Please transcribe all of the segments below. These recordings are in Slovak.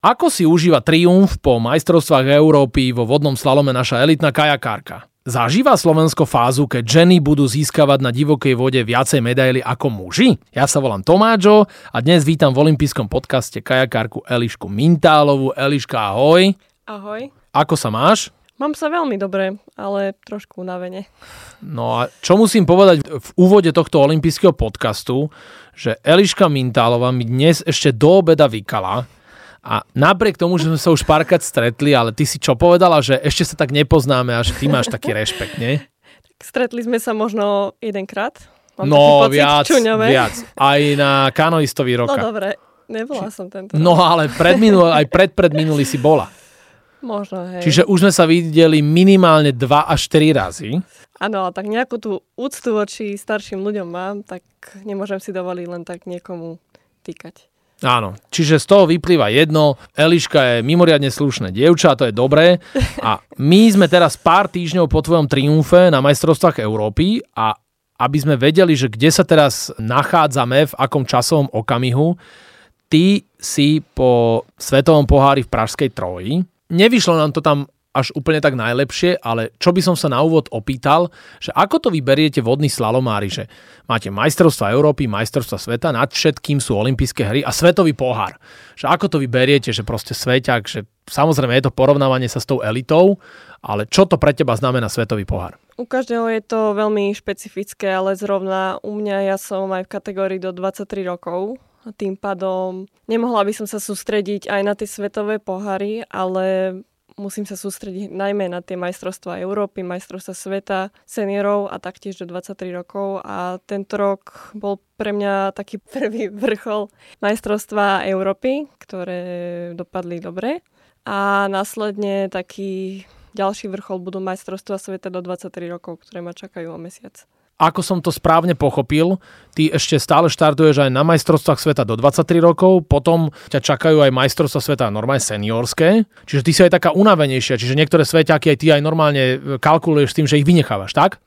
Ako si užíva triumf po majstrovstvách Európy vo vodnom slalome naša elitná kajakárka? Zažíva Slovensko fázu, keď ženy budú získavať na divokej vode viacej medaily ako muži? Ja sa volám Tomáčo a dnes vítam v olympijskom podcaste kajakárku Elišku Mintálovú. Eliška, ahoj. Ahoj. Ako sa máš? Mám sa veľmi dobre, ale trošku unavene. No a čo musím povedať v úvode tohto olympijského podcastu, že Eliška Mintálová mi dnes ešte do obeda vykala a napriek tomu, že sme sa už párkrát stretli, ale ty si čo povedala, že ešte sa tak nepoznáme a že ty máš taký rešpekt, nie? Stretli sme sa možno jedenkrát. Mám no pocit, viac. Aj na kanoistový roka. No dobre, nebola som tento rok. No ale aj predminulý si bola. Možno, hej. Čiže už sme sa videli minimálne 2 až 3 razy. Áno, ale tak nejakú tú úctu voči starším ľuďom mám, tak nemôžem si dovoliť len tak niekomu týkať. Áno, čiže z toho vyplýva jedno, Eliška je mimoriadne slušné dievča, to je dobré. A my sme teraz pár týždňov po tvojom triumfe na majstrovstvách Európy a aby sme vedeli, že kde sa teraz nachádzame, v akom časovom okamihu, ty si po svetovom pohári v Pražskej Troji. Nevyšlo nám to tam až úplne tak najlepšie, ale čo by som sa na úvod opýtal, že ako to vyberiete vodní slalomári, že máte majstrovstvá Európy, majstrovstvá sveta, nad všetkým sú olympijské hry a svetový pohár. Že ako to vyberiete, že proste sveťak, že samozrejme je to porovnávanie sa s tou elitou, ale čo to pre teba znamená svetový pohár? U každého je to veľmi špecifické, ale zrovna u mňa ja som aj v kategórii do 23 rokov. A tým pádom nemohla by som sa sústrediť aj na tie svetové poháry, ale musím sa sústrediť najmä na tie majstrovstvá Európy, majstrovstvá sveta, seniorov a taktiež do 23 rokov. A tento rok bol pre mňa taký prvý vrchol majstrovstvá Európy, ktoré dopadli dobre. A následne taký ďalší vrchol budú majstrovstvá sveta do 23 rokov, ktoré ma čakajú o mesiac. Ako som to správne pochopil, ty ešte stále štartuješ aj na majstrovstvách sveta do 23 rokov, potom ťa čakajú aj majstrovstvá sveta normálne seniorské, čiže ty si aj taká unavenejšia, čiže niektoré sveťáky aj ty aj normálne kalkuluješ s tým, že ich vynechávaš, tak?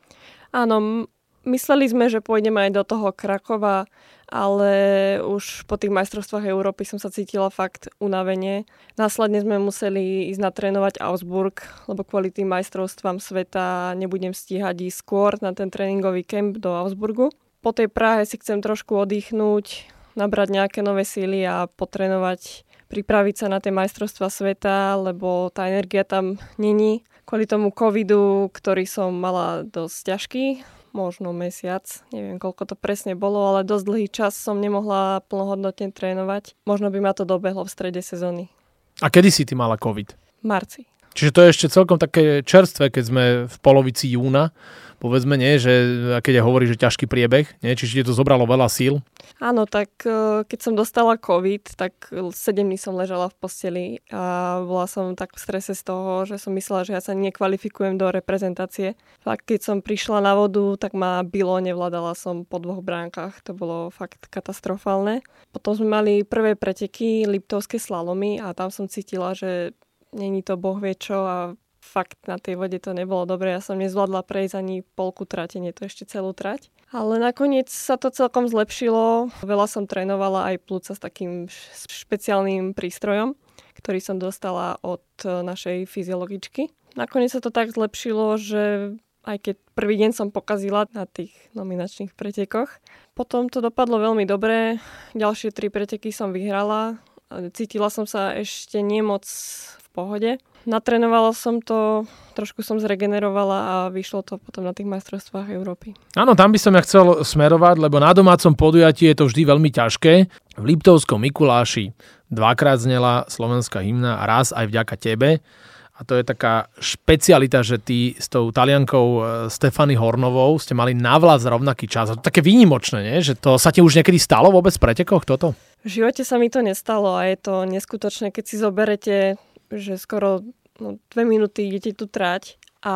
Áno, mysleli sme, že pôjdeme aj do toho Krakova, ale už po tých majstrovstvách Európy som sa cítila fakt unavene. Následne sme museli ísť natrénovať Augsburg, lebo kvôli tým majstrovstvám sveta nebudem stíhať ísť skôr na ten tréningový kemp do Augsburgu. Po tej Prahe si chcem trošku oddychnúť, nabrať nejaké nové síly a potrénovať, pripraviť sa na tie majstrovstvá sveta, lebo tá energia tam není. Kvôli tomu covidu, ktorý som mala dosť ťažký, možno mesiac, neviem koľko to presne bolo, ale dosť dlhý čas som nemohla plnohodnotne trénovať. Možno by ma to dobehlo v strede sezóny. A kedy si ty mala COVID? V marci. Čiže to je ešte celkom také čerstvé, keď sme v polovici júna. Povedzme, nie, že keď hovorí, že ťažký priebeh, nie? Čiže ti to zobralo veľa síl. Áno, tak keď som dostala COVID, tak 7 dní som ležala v posteli a bola som tak v strese z toho, že som myslela, že ja sa nekvalifikujem do reprezentácie. Fakt, keď som prišla na vodu, tak ma bilo, nevládala som po 2 bránkach. To bolo fakt katastrofálne. Potom sme mali prvé preteky, Liptovské slalomy a tam som cítila, že není to bohvie čo a fakt na tej vode to nebolo dobre. Ja som nezvládla prejsť ani polku trate, nie to ešte celú trať. Ale nakoniec sa to celkom zlepšilo. Veľa som trénovala aj plúca s takým špeciálnym prístrojom, ktorý som dostala od našej fyziologičky. Nakoniec sa to tak zlepšilo, že aj keď prvý deň som pokazila na tých nominačných pretekoch. Potom to dopadlo veľmi dobre. Ďalšie 3 preteky som vyhrala. Cítila som sa ešte nie moc v pohode. Natrénovala som to, trošku som zregenerovala a vyšlo to potom na tých majstrovstvách Európy. Áno, tam by som ja chcel smerovať, lebo na domácom podujatí je to vždy veľmi ťažké. V Liptovskom Mikuláši 2-krát znela slovenská hymna a raz aj vďaka tebe. A to je taká špecialita, že ty s tou Taliankou Stefany Hornovou ste mali navľad rovnaký čas. A to také výnimočné, nie? Že to sa ti už niekedy stalo vôbec v pretekoch toto? V živote sa mi to nestalo a je to neskutočné, keď si zoberete, že skoro 2 minúty idete tu trať a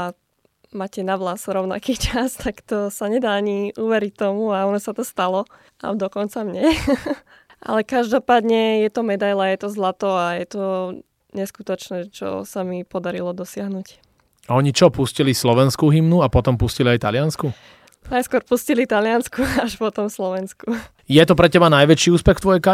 máte na vlas rovnaký čas, tak to sa nedá ani uveriť tomu a ono sa to stalo a dokonca mne. Ale každopádne je to medaila, je to zlato a je to neskutočné, čo sa mi podarilo dosiahnuť. A oni čo, pustili slovenskú hymnu a potom pustili aj taliansku? Najskôr pustili taliansku, až potom slovensku. Je to pre teba najväčší úspech v tvojej kariére?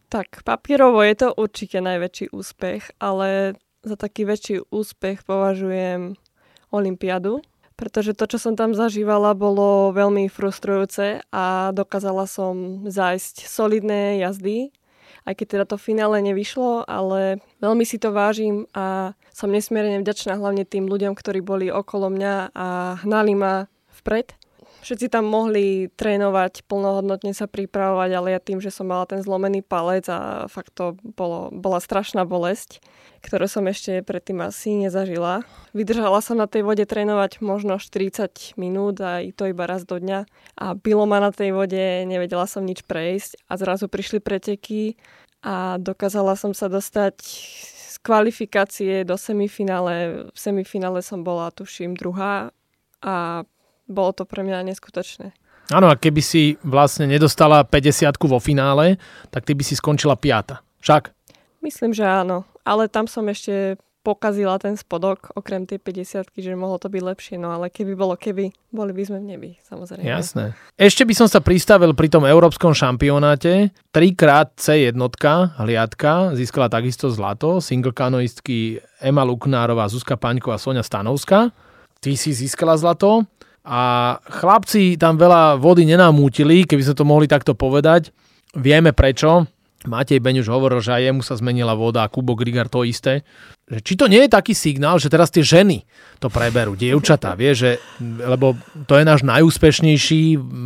Tak, papierovo je to určite najväčší úspech, ale za taký väčší úspech považujem olympiádu, pretože to, čo som tam zažívala, bolo veľmi frustrujúce a dokázala som zájsť solidné jazdy, aj keď teda to finále nevyšlo, ale veľmi si to vážim a som nesmierne vďačná hlavne tým ľuďom, ktorí boli okolo mňa a hnali ma vpred. Všetci tam mohli trénovať, plnohodnotne sa pripravovať, ale ja tým, že som mala ten zlomený palec a fakt to bola strašná bolesť, ktorú som ešte predtým asi nezažila. Vydržala som na tej vode trénovať možno 40 minút a to iba raz do dňa. A bylo ma na tej vode, nevedela som nič prejsť a zrazu prišli preteky a dokázala som sa dostať z kvalifikácie do semifinále. V semifinále som bola, tuším, druhá a bolo to pre mňa neskutočné. Áno, a keby si vlastne nedostala 50-ku vo finále, tak ty by si skončila 5. Však? Myslím, že áno. Ale tam som ešte pokazila ten spodok, okrem tej 50-ky, že mohlo to byť lepšie. No ale boli by sme v nebi, samozrejme. Jasné. Ešte by som sa pristavil pri tom európskom šampionáte. 3-krát C1 hliadka získala takisto zlato. Single kanoistky Ema Luknárová, Zuzka Paňková, Soňa Stanovská. Ty si získala zlato. A chlapci tam veľa vody nenamútili, keby sme to mohli takto povedať. Vieme prečo. Matej Beňuš hovoril, že aj jemu sa zmenila voda a Kubo Grigar to isté. Či to nie je taký signál, že teraz tie ženy to preberú, dievčatá, lebo to je náš najúspešnejší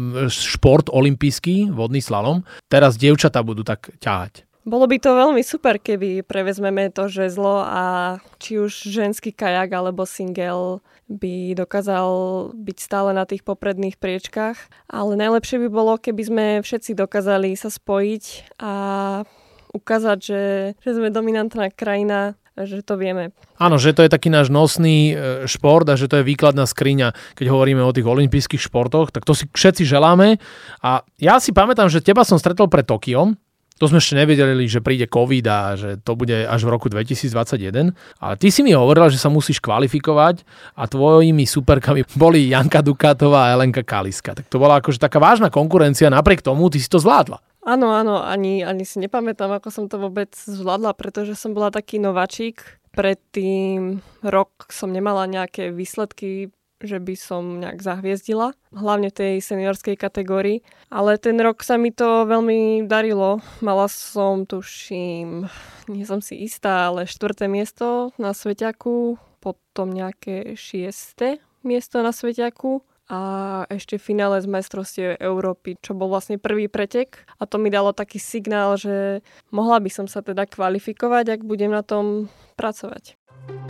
šport olympijský, vodný slalom. Teraz dievčatá budú tak ťahať. Bolo by to veľmi super, keby prevezmeme to žezlo a či už ženský kajak alebo single by dokázal byť stále na tých popredných priečkách. Ale najlepšie by bolo, keby sme všetci dokázali sa spojiť a ukázať, že sme dominantná krajina, že to vieme. Áno, že to je taký náš nosný šport a že to je výkladná skriňa, keď hovoríme o tých olympijských športoch, tak to si všetci želáme. A ja si pamätám, že teba som stretol pred Tokiom. To sme ešte nevedeli, že príde COVID a že to bude až v roku 2021. Ale ty si mi hovorila, že sa musíš kvalifikovať a tvojimi superkami boli Janka Dukátová a Elenka Kaliska. Tak to bola akože taká vážna konkurencia, napriek tomu ty si to zvládla. Áno, ani si nepamätám, ako som to vôbec zvládla, pretože som bola taký nováčik. Predtým rok som nemala nejaké výsledky, že by som nejak zahviezdila, hlavne v tej seniorskej kategórii. Ale ten rok sa mi to veľmi darilo. Mala som, tuším, nie som si istá, ale 4. miesto na Svetiaku, potom nejaké 6. miesto na Svetiaku a ešte v finále z majstrovstiev Európy, čo bol vlastne prvý pretek. A to mi dalo taký signál, že mohla by som sa teda kvalifikovať, ak budem na tom pracovať.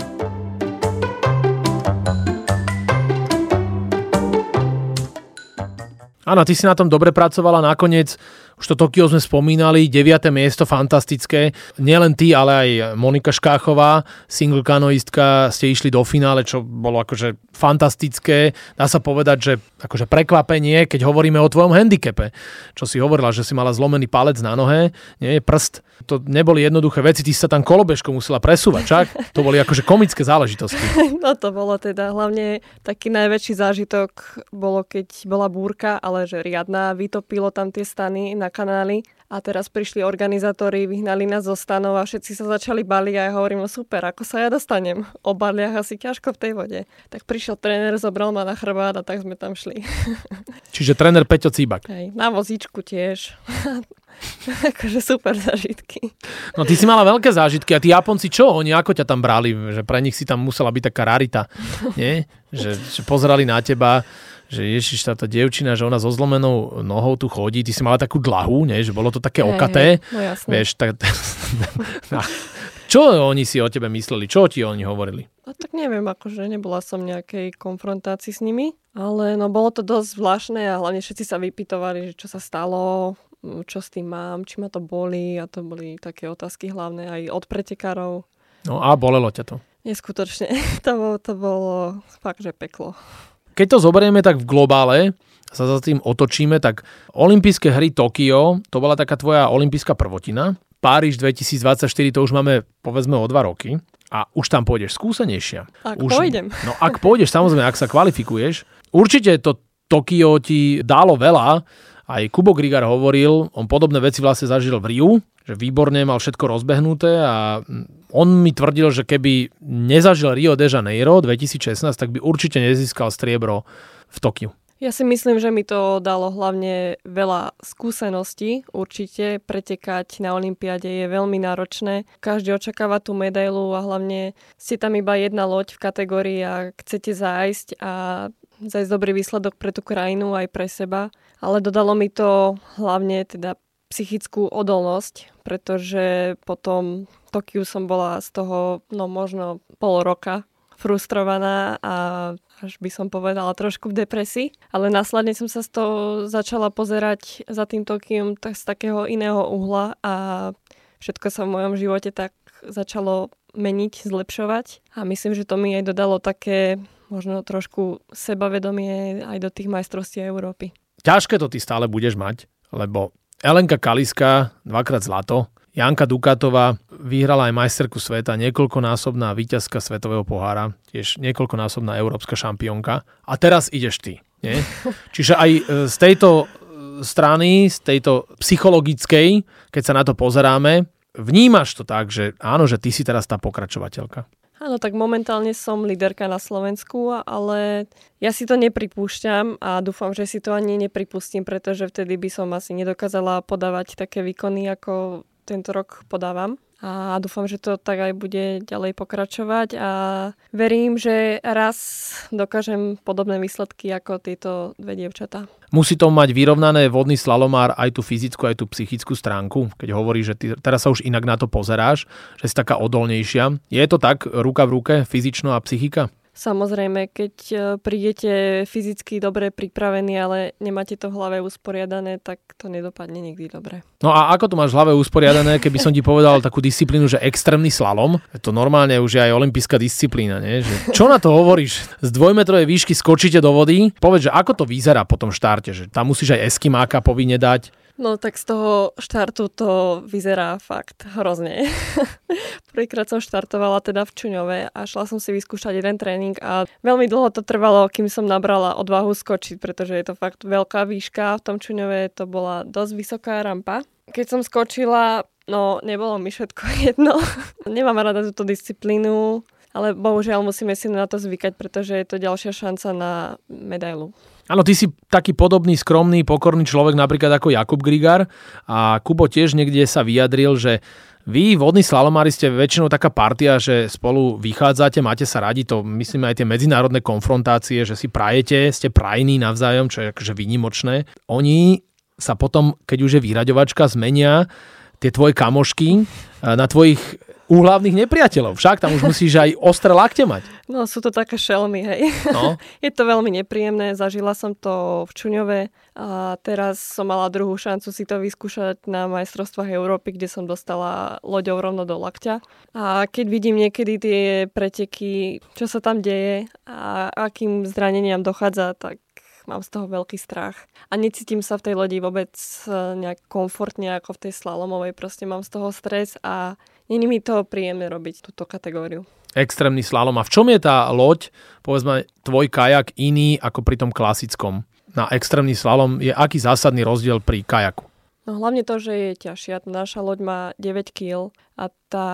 Áno, ty si na tom dobre pracovala, nakoniec už to Tokio sme spomínali, 9. miesto, fantastické. Nielen ty, ale aj Monika Škáchová, single kanoistka, ste išli do finále, čo bolo akože fantastické. Dá sa povedať, že akože prekvapenie, keď hovoríme o tvojom handicape. Čo si hovorila, že si mala zlomený palec na nohe, nie, prst. To neboli jednoduché veci, ty si sa tam kolobežkou musela presúvať, čak? To boli akože komické záležitosti. No to bolo teda hlavne taký najväčší zážitok bolo, keď bola búrka, ale že riadna, vytopilo tam tie stany na kanáli a teraz prišli organizátori, vyhnali nás zo stanov a všetci sa začali baliť a ja hovorím, super, ako sa ja dostanem? O barliach asi ťažko v tej vode. Tak prišiel tréner, zobral ma na chrbát a tak sme tam šli. Čiže tréner Peťo Cíbak. Hej, na vozíčku tiež. Akože super zážitky. No ty si mala veľké zážitky a tí Japonci čo? Oni ako ťa tam brali? Že pre nich si tam musela byť taká rarita. Nie? Že pozerali na teba, že ježiš, táto dievčina, že ona so zlomenou nohou tu chodí, ty si mala takú dlahu, nie? Že bolo to také okaté. No jasné. Vieš, tak... Čo oni si o tebe mysleli? Čo ti oni hovorili? No tak neviem, akože nebola som nejakej konfrontácii s nimi, ale no bolo to dosť zvláštne a hlavne všetci sa vypytovali, že čo sa stalo, čo s tým mám, či ma to bolí a to boli také otázky hlavné aj od pretekárov. No a bolelo ťa to? Neskutočne. To bolo fakt, že peklo. Keď to zoberieme tak v globále, sa za tým otočíme, tak olympijské hry Tokio, to bola taká tvoja olympijská prvotina. Páriž 2024, to už máme povedzme o 2 roky a už tam pôjdeš skúsenejšia. Pôjdem. No ak pôjdeš, samozrejme, ak sa kvalifikuješ, určite to Tokio ti dalo veľa Aj Kubo Grigar hovoril, on podobné veci vlastne zažil v Riu, že výborne mal všetko rozbehnuté a on mi tvrdil, že keby nezažil Rio de Janeiro 2016, tak by určite nezískal striebro v Tokiu. Ja si myslím, že mi to dalo hlavne veľa skúseností. Určite pretekať na olympiáde je veľmi náročné. Každý očakáva tú medailu a hlavne ste tam iba jedna loď v kategórii a chcete zájsť a zájsť dobrý výsledok pre tú krajinu aj pre seba. Ale dodalo mi to hlavne teda psychickú odolnosť, pretože potom v Tokiu som bola z toho možno pol roka frustrovaná a až by som povedala trošku v depresii. Ale následne som sa z toho začala pozerať za tým Tokiom z takého iného uhla a všetko sa v mojom živote tak začalo meniť, zlepšovať. A myslím, že to mi aj dodalo také možno trošku sebavedomie aj do tých majstrovstiev Európy. Ťažké to ty stále budeš mať, lebo Elenka Kaliska, 2-krát zlato, Janka Dukatová vyhrala aj majsterku sveta, niekoľkonásobná víťazka svetového pohára, tiež niekoľkonásobná európska šampiónka. A teraz ideš ty. Nie? Čiže aj z tejto strany, z tejto psychologickej, keď sa na to pozeráme, vnímaš to tak, že áno, že ty si teraz tá pokračovateľka. Áno, tak momentálne som líderka na Slovensku, ale ja si to nepripúšťam a dúfam, že si to ani nepripustím, pretože vtedy by som asi nedokázala podávať také výkony, ako tento rok podávam. A dúfam, že to tak aj bude ďalej pokračovať a verím, že raz dokážem podobné výsledky ako tieto dve dievčatá. Musí to mať vyrovnané vodný slalomár aj tú fyzickú, aj tú psychickú stránku, keď hovoríš, že ty teraz sa už inak na to pozeráš, že si taká odolnejšia. Je to tak ruka v ruke, fyzično a psychika? Samozrejme, keď prídete fyzicky dobre pripravení, ale nemáte to v hlave usporiadané, tak to nedopadne nikdy dobre. No a ako to máš v hlave usporiadané, keby som ti povedal takú disciplínu, že extrémny slalom? To normálne už je aj olympijská disciplína, nie? Že čo na to hovoríš? Z 2-metrovej výšky skočíte do vody? Povedz, že ako to vyzerá po tom štarte? Že tam musíš aj eskimáka povinne dať? No tak z toho štartu to vyzerá fakt hrozne. Prvýkrát som štartovala teda v Čuňove a šla som si vyskúšať jeden tréning a veľmi dlho to trvalo, kým som nabrala odvahu skočiť, pretože je to fakt veľká výška. V tom Čuňove to bola dosť vysoká rampa. Keď som skočila, no nebolo mi všetko jedno. Nemám rada túto disciplínu, ale bohužiaľ musíme si na to zvykať, pretože je to ďalšia šanca na medailu. Áno, ty si taký podobný, skromný, pokorný človek napríklad ako Jakub Grigar a Kubo tiež niekde sa vyjadril, že vy, vodní slalomári, ste väčšinou taká partia, že spolu vychádzate, máte sa radi, to myslím aj tie medzinárodné konfrontácie, že si prajete, ste prajní navzájom, čo je akože výnimočné. Oni sa potom, keď už je vyraďovačka, zmenia tie tvoje kamošky na tvojich úhlavných nepriateľov. Však tam už musíš aj ostré lakte mať. No sú to také šelmy, hej. No. Je to veľmi nepríjemné. Zažila som to v Čuňove a teraz som mala druhú šancu si to vyskúšať na majstrovstvách Európy, kde som dostala loďou rovno do lakťa. A keď vidím niekedy tie preteky, čo sa tam deje a akým zraneniam dochádza, tak mám z toho veľký strach. A necítim sa v tej lodi vôbec nejak komfortne ako v tej slalomovej. Proste mám z toho stres a není mi to príjemné robiť túto kategóriu. Extrémny slalom. A v čom je tá loď, povedzme, tvoj kajak iný ako pri tom klasickom? Na extrémny slalom je aký zásadný rozdiel pri kajaku? No hlavne to, že je ťažšia. Naša loď má 9 kg a tá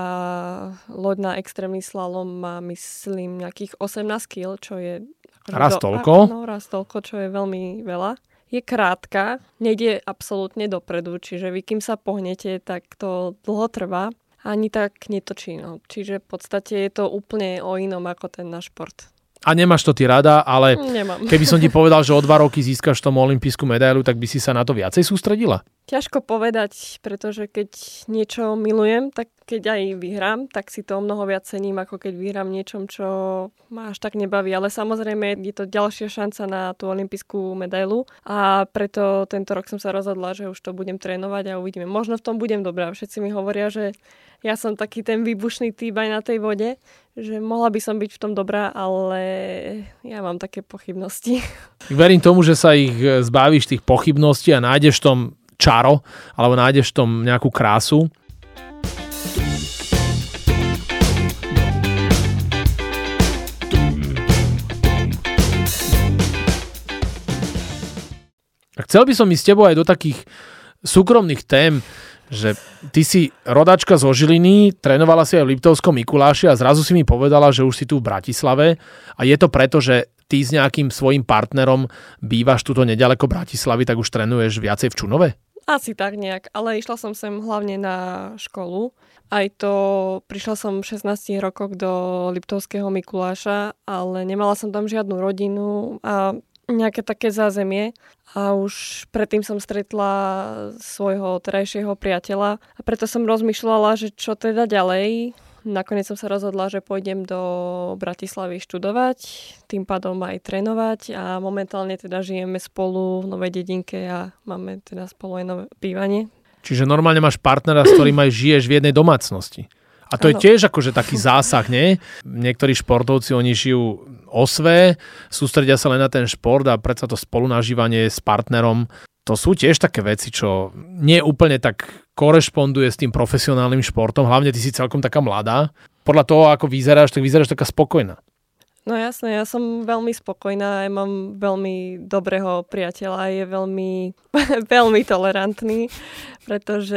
loď na extrémny slalom má, myslím, nejakých 18 kg, čo je raz toľko? No, raz toľko, čo je veľmi veľa. Je krátka, nejde absolútne dopredu, čiže vy kým sa pohnete, tak to dlho trvá. Ani tak netočí. No. Čiže v podstate je to úplne o inom ako ten náš šport. A nemáš to ty rada, ale nemám. Keby som ti povedal, že o 2 roky získaš tomu olympijskú medailu, tak by si sa na to viacej sústredila? Ťažko povedať, pretože keď niečo milujem, tak keď aj vyhrám, tak si to o mnoho viac cením, ako keď vyhrám niečom, čo ma až tak nebaví. Ale samozrejme je to ďalšia šanca na tú olympijskú medailu a preto tento rok som sa rozhodla, že už to budem trénovať a uvidíme. Možno v tom budem dobrá. Všetci mi hovoria, že ja som taký ten výbušný typ aj na tej vode, že mohla by som byť v tom dobrá, ale ja mám také pochybnosti. Verím tomu, že sa ich zbavíš tých pochybností a nájdeš v tom čaro, alebo nájdeš v tom nejakú krásu. A chcel by som ísť s tebou aj do takých súkromných tém, že ty si rodáčka zo Žiliny, trénovala si aj v Liptovskom Mikuláši a zrazu si mi povedala, že už si tu v Bratislave a je to preto, že ty s nejakým svojím partnerom bývaš tuto nedaleko Bratislavy, tak už trénuješ viacej v Čunove? Asi tak nejak, ale išla som sem hlavne na školu. Aj to, prišla som v 16 rokoch do Liptovského Mikuláša, ale nemala som tam žiadnu rodinu a nejaké také zázemie. A už predtým som stretla svojho terajšieho priateľa a preto som rozmýšľala, že čo teda ďalej. Nakoniec som sa rozhodla, že pôjdem do Bratislavy študovať, tým pádom aj trénovať a momentálne teda žijeme spolu v Novej dedinke a máme teda spolu aj nové bývanie. Čiže normálne máš partnera, s ktorým aj žiješ v jednej domácnosti. A to je tiež akože taký zásah, nie? Niektorí športovci, oni žijú o sve, sústredia sa len na ten šport a predsa to spolunažívanie s partnerom, to sú tiež také veci, čo nie úplne tak korešponduje s tým profesionálnym športom. Hlavne ty si celkom taká mladá. Podľa toho, ako vyzeráš, tak vyzeráš taká spokojná. No jasné, ja som veľmi spokojná, ja mám veľmi dobrého priateľa, je veľmi, veľmi tolerantný, pretože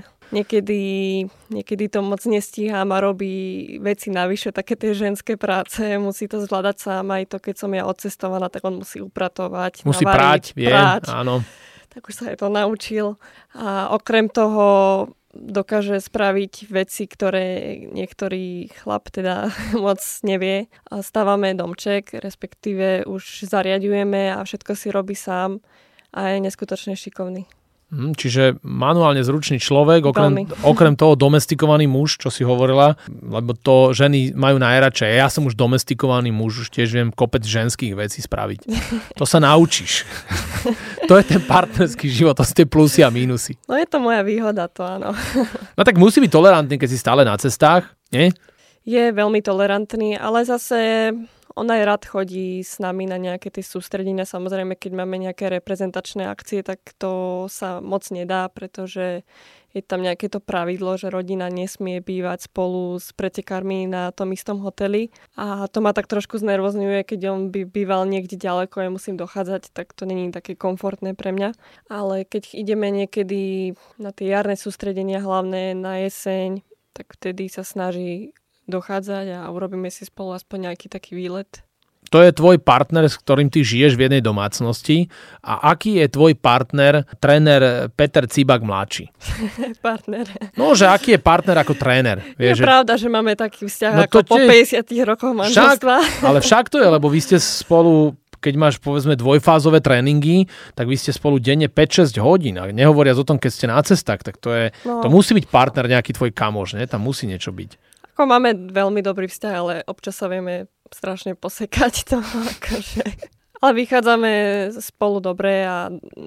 niekedy to moc nestíham a robí veci navyše, také tie ženské práce, musí to zvládať sám, aj to, keď som ja odcestovaná, tak on musí upratovať, musí navariť, práť, áno. Tak už sa aj to naučil. A okrem toho dokáže spraviť veci, ktoré niektorý chlap teda moc nevie. A stávame domček, respektíve už zariaďujeme a všetko si robí sám a je neskutočne šikovný. Čiže manuálne zručný človek, okrem toho domestikovaný muž, čo si hovorila, lebo to ženy majú najradšej. Ja som už domestikovaný muž, už tiež viem kopec ženských vecí spraviť. To sa naučíš. To je ten partnerský život, to sú tie plusy a mínusy. No je to moja výhoda, to áno. No tak musí byť tolerantný, keď si stále na cestách, nie? Je veľmi tolerantný, ale zase on aj rád chodí s nami na nejaké tie sústredenia. Samozrejme, keď máme nejaké reprezentačné akcie, tak to sa moc nedá, pretože je tam nejaké to pravidlo, že rodina nesmie bývať spolu s pretekármi na tom istom hoteli. A to ma tak trošku znervozňuje, keď on by býval niekde ďaleko, ja musím dochádzať, tak to není také komfortné pre mňa. Ale keď ideme niekedy na tie jarné sústredenia, hlavné na jeseň, tak vtedy sa snaží dochádzať a urobíme si spolu aspoň nejaký taký výlet. To je tvoj partner, s ktorým ty žiješ v jednej domácnosti. A aký je tvoj partner, tréner Peter Cibak mladší? Partner. No, že aký je partner ako tréner? Je pravda, že máme taký vzťah ako po 50 rokoch manželstva. Ale však to je, lebo vy ste spolu, keď máš povedzme dvojfázové tréningy, tak vy ste spolu denne 5-6 hodín. A nehovoriac o tom, keď ste na cestách, tak to musí byť partner, nejaký tvoj kamoš, ne? Tam musí niečo byť. Máme veľmi dobrý vzťah, ale občas sa vieme strašne posekať to. Akože. Ale vychádzame spolu dobre a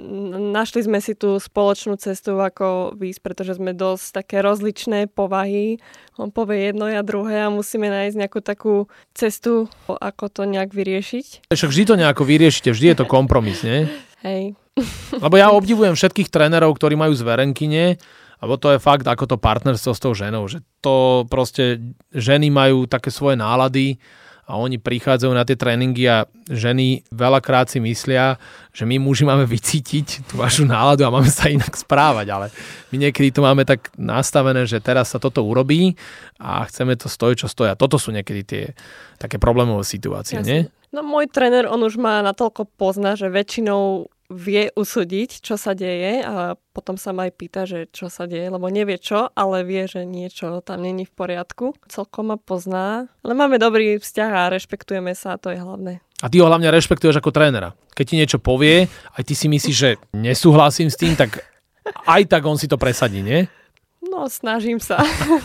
našli sme si tú spoločnú cestu, ako výjsť, pretože sme dosť také rozličné povahy. On povie jedno, ja druhé a musíme nájsť nejakú takú cestu, ako to nejak vyriešiť. Však vždy to nejako vyriešite, vždy je to kompromis, nie? Hej. Lebo ja obdivujem všetkých trénerov, ktorí majú zverenkyne, lebo to je fakt ako to partnerstvo s tou ženou, že to proste ženy majú také svoje nálady a oni prichádzajú na tie tréningy a ženy veľakrát si myslia, že my muži máme vycítiť tú vašu náladu a máme sa inak správať, ale my niekedy to máme tak nastavené, že teraz sa toto urobí a chceme to stojí, čo stojí. A toto sú niekedy tie také problémové situácie, nie? No môj tréner, on už ma natoľko pozná, že väčšinou vie usúdiť, čo sa deje a potom sa ma aj pýta, že čo sa deje, lebo nevie čo, ale vie, že niečo tam není v poriadku. Celkom ma pozná, ale máme dobrý vzťah a rešpektujeme sa, to je hlavné. A ty ho hlavne rešpektuješ ako trénera. Keď ti niečo povie, aj ty si myslíš, že nesúhlasím s tým, tak aj tak on si to presadí, nie? No, snažím sa.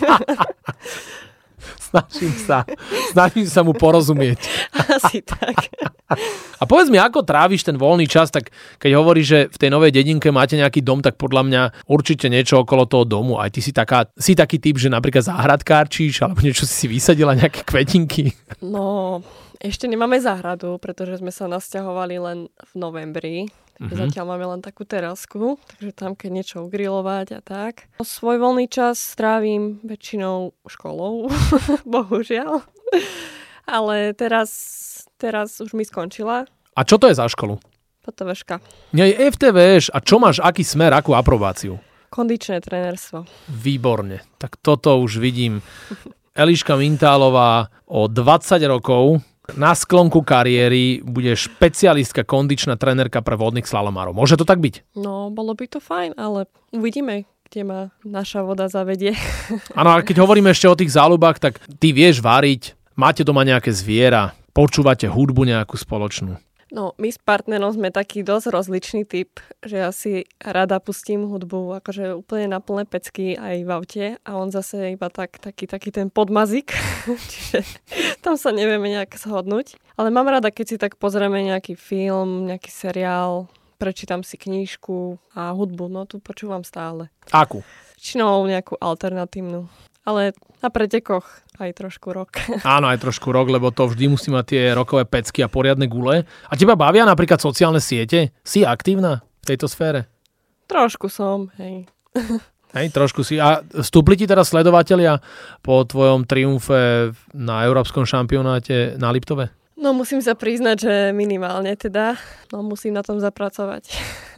Snažím sa mu porozumieť. Asi tak. A povedz mi, ako tráviš ten voľný čas, tak keď hovoríš, že v tej novej dedinke máte nejaký dom, tak podľa mňa určite niečo okolo toho domu. Aj ty si taký typ, že napríklad záhradkárčíš, alebo niečo si vysadila, nejaké kvetinky. No, ešte nemáme záhradu, pretože sme sa nasťahovali len v novembri. Zatiaľ máme len takú terasku, takže tam keď niečo ugrilovať a tak. Svoj voľný čas strávim väčšinou školou, bohužiaľ. Ale teraz už mi skončila. A čo to je za školu? FTVška. Nie, FTVš. A čo máš, aký smer, akú aprobáciu? Kondičné trenérstvo. Výborne. Tak toto už vidím. Eliška Mintálová o 20 rokov na sklonku kariéry bude špecialistka, kondičná trenérka pre vodných slalomárov. Môže to tak byť? No, bolo by to fajn, ale uvidíme, kde ma naša voda zavedie. Áno, a keď hovoríme ešte o tých záľubách, tak ty vieš variť, máte doma nejaké zviera, počúvate hudbu nejakú spoločnú. No, my s partnerom sme taký dosť rozličný typ, že ja si rada pustím hudbu, akože úplne na plné pecky aj v aute a on zase iba taký ten podmazik, čiže tam sa nevieme nejak zhodnúť. Ale mám rada, keď si tak pozrieme nejaký film, nejaký seriál, prečítam si knížku a hudbu, no tu počúvam stále. Akú? Väčšinou nejakú alternatívnu, ale na pretekoch aj trošku rock. Áno, aj trošku rock, lebo to vždy musí mať tie rockové pecky a poriadne gule. A teba bavia napríklad sociálne siete? Si aktívna v tejto sfére? Trošku som, hej. Hej, trošku si. A vstúpli ti teraz sledovatelia po tvojom triumfe na Európskom šampionáte na Liptove? No musím sa priznať, že minimálne teda. No musím na tom zapracovať.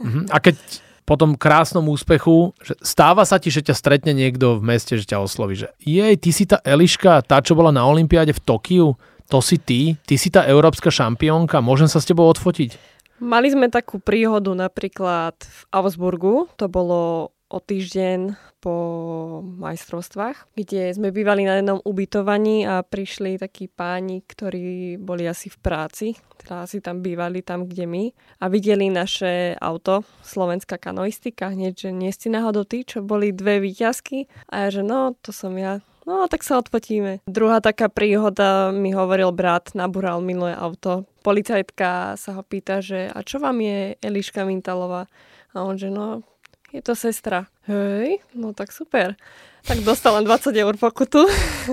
A keď po tom krásnom úspechu, že stáva sa ti, že ťa stretne niekto v meste, že ťa osloví, že jej, ty si tá Eliška, tá, čo bola na olympiáde v Tokiu, to si ty si tá európska šampiónka, môžem sa s tebou odfotiť? Mali sme takú príhodu napríklad v Augsburgu, to bolo o týždeň po majstrovstvách, kde sme bývali na jednom ubytovaní a prišli takí páni, ktorí boli asi v práci, teda asi tam bývali tam, kde my, a videli naše auto, slovenská kanoistika, hneď, že nie ste náhodou tí, čo boli 2 víťazky, a ja, že no, to som ja. No, tak sa odfotíme. Druhá taká príhoda, mi hovoril brat, nabúral minulé auto. Policajtka sa ho pýta, že a čo vám je Eliška Mintálová? A on, že no, je to sestra. Hej, no tak super. Tak dostal len 20 eur pokutu.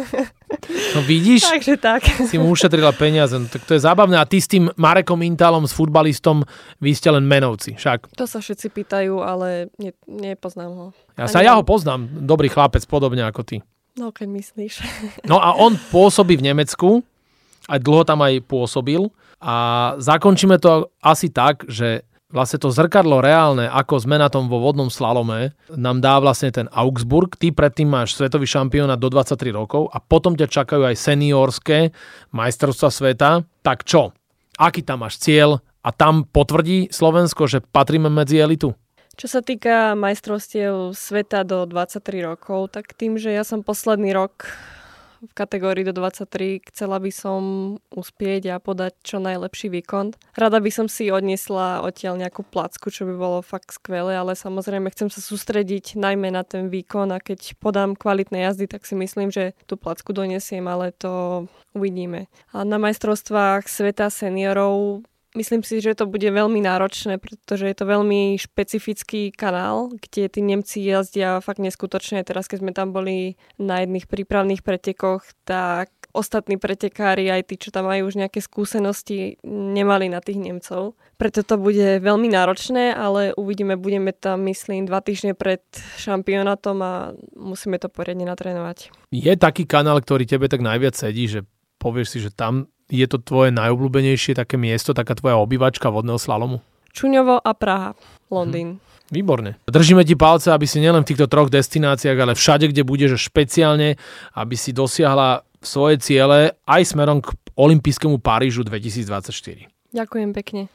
No vidíš? Takže tak. Si mu ušetrila peniaze. No, tak to je zábavné. A ty s tým Marekom Mintálom, s futbalistom, vy ste len menovci, však? To sa všetci pýtajú, ale nepoznám ho. Ja ho poznám. Dobrý chlapec, podobne ako ty. No, keď myslíš. No a on pôsobí v Nemecku. Aj dlho tam aj pôsobil. A zakončíme to asi tak, že vlastne to zrkadlo reálne, ako sme na tom vo vodnom slalome, nám dá vlastne ten Augsburg. Ty predtým máš svetový šampionát do 23 rokov a potom ťa čakajú aj seniorské majstrovstvá sveta. Tak čo? Aký tam máš cieľ? A tam potvrdí Slovensko, že patríme medzi elitu? Čo sa týka majstrovstiev sveta do 23 rokov, tak tým, že ja som posledný rok v kategórii do 23, chcela by som uspieť a podať čo najlepší výkon. Rada by som si odniesla odtiaľ nejakú placku, čo by bolo fakt skvelé, ale samozrejme chcem sa sústrediť najmä na ten výkon a keď podám kvalitné jazdy, tak si myslím, že tú placku donesiem, ale to uvidíme. A na majstrovstvách sveta seniorov myslím si, že to bude veľmi náročné, pretože je to veľmi špecifický kanál, kde tí Nemci jazdia fakt neskutočne. Teraz, keď sme tam boli na jedných prípravných pretekoch, tak ostatní pretekári, aj tí, čo tam majú už nejaké skúsenosti, nemali na tých Nemcov. Preto to bude veľmi náročné, ale uvidíme, budeme tam, myslím, 2 týždne pred šampionátom a musíme to poriadne natrénovať. Je taký kanál, ktorý tebe tak najviac sedí, že povieš si, že tam je to tvoje najobľúbenejšie také miesto, taká tvoja obývačka vodného slalomu? Čuňovo a Praha, Londýn. Výborne. Držíme ti palce, aby si nielen v týchto 3 destináciách, ale všade, kde budeš, špeciálne, aby si dosiahla svoje ciele aj smerom k olympijskému Parížu 2024. Ďakujem pekne.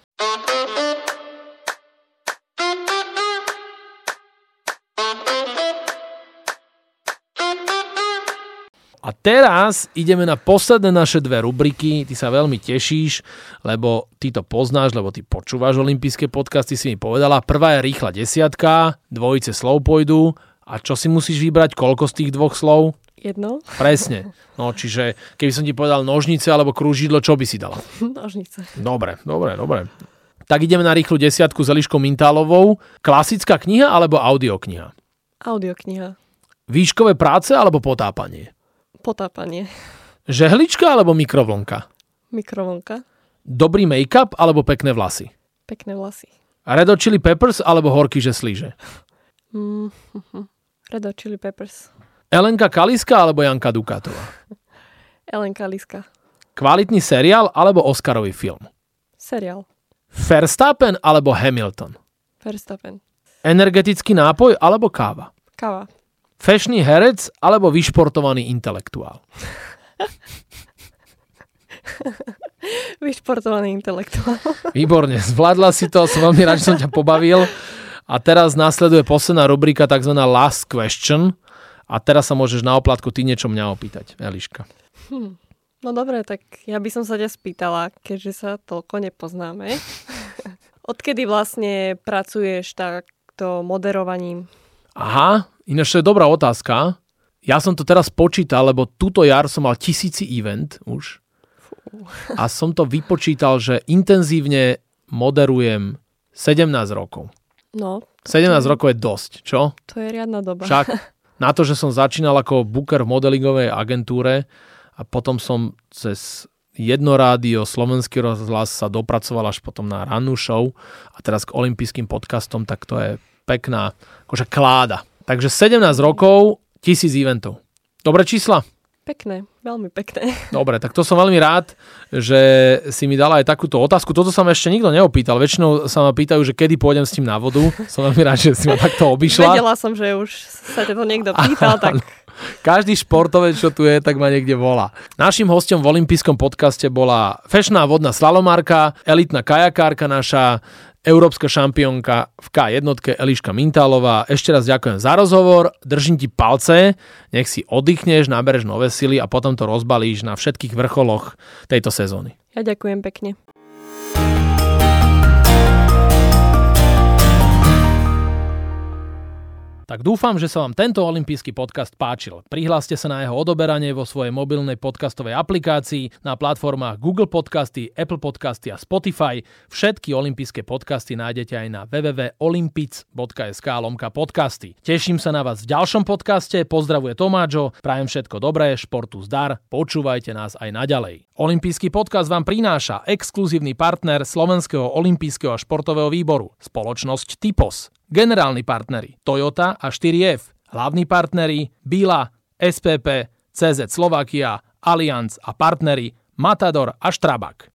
A teraz ideme na posledné naše 2 rubriky. Ty sa veľmi tešíš, lebo ty to poznáš, lebo ty počúvaš olympijské podcasty, si mi povedala. Prvá je rýchla desiatka, dvojice slov pôjdu. A čo si musíš vybrať? Koľko z tých 2 slov? 1. Presne. No, čiže keby som ti povedal nožnice alebo krúžidlo, čo by si dala? Nožnice. Dobre. Tak ideme na rýchlu desiatku s Eliškou Mintálovou. Klasická kniha alebo audiokniha? Audiokniha. Výškové práce alebo potápanie? Potápanie. Žehlička alebo mikrovlnka? Mikrovlnka. Dobrý make-up alebo pekné vlasy? Pekné vlasy. Red Hot Chili Peppers alebo horky že slíže? Red Hot Chili Peppers. Elenka Kaliska alebo Janka Dukátová? Elenka Liska. Kvalitný seriál alebo Oscarový film? Seriál. Verstappen alebo Hamilton? Verstappen. Energetický nápoj alebo káva? Káva. Fešný herec alebo vyšportovaný intelektuál? Vyšportovaný intelektuál. Výborne, zvládla si to, som veľmi rád, že som ťa pobavil. A teraz nasleduje posledná rubrika, takzvaná Last Question. A teraz sa môžeš na oplátku ty niečo mňa opýtať, Eliška. No dobre, tak ja by som sa ťa spýtala, keďže sa toľko nepoznáme. Odkedy vlastne pracuješ takto moderovaním? Aha, ináč to je dobrá otázka. Ja som to teraz počítal, lebo túto jar som mal 1000 event už. A som to vypočítal, že intenzívne moderujem 17 rokov. No. 17 rokov je dosť, čo? To je riadna doba. Však na to, že som začínal ako booker v modelingovej agentúre a potom som cez jedno rádio, Slovenský rozhlas sa dopracoval až potom na rannú show a teraz k olympijským podcastom, tak to je pekná akože kláda. Takže 17 rokov, 1000 eventov. Dobré čísla? Pekné, veľmi pekné. Dobre, tak to som veľmi rád, že si mi dala aj takúto otázku. Toto sa ma ešte nikto neopýtal. Väčšinou sa ma pýtajú, že kedy pôjdem s tým na vodu. Som veľmi rád, že si ma takto obišla. Vedela som, že už sa ťa to niekto pýtal, tak... Každý športovec, čo tu je, tak ma niekde volá. Naším hosťom v olympijskom podcaste bola fešná vodná slalomárka, elitná kajakárka naša, európska šampiónka v K1 Eliška Mintálová. Ešte raz ďakujem za rozhovor, držím ti palce, nech si oddychneš, nabereš nové sily a potom to rozbalíš na všetkých vrcholoch tejto sezóny. Ja ďakujem pekne. Tak dúfam, že sa vám tento olympijský podcast páčil. Prihláste sa na jeho odoberanie vo svojej mobilnej podcastovej aplikácii na platformách Google Podcasty, Apple Podcasty a Spotify. Všetky olympijské podcasty nájdete aj na www.olympic.sk/podcasty. Teším sa na vás v ďalšom podcaste. Pozdravuje Tomáčo, prajem všetko dobré, športu zdar, počúvajte nás aj naďalej. Olympijský podcast vám prináša exkluzívny partner Slovenského olympijského a športového výboru, spoločnosť Typos. Generálni partneri Toyota a 4F, hlavní partneri Bila, SPP, CZ Slovakia, Allianz a partneri Matador a Strabag.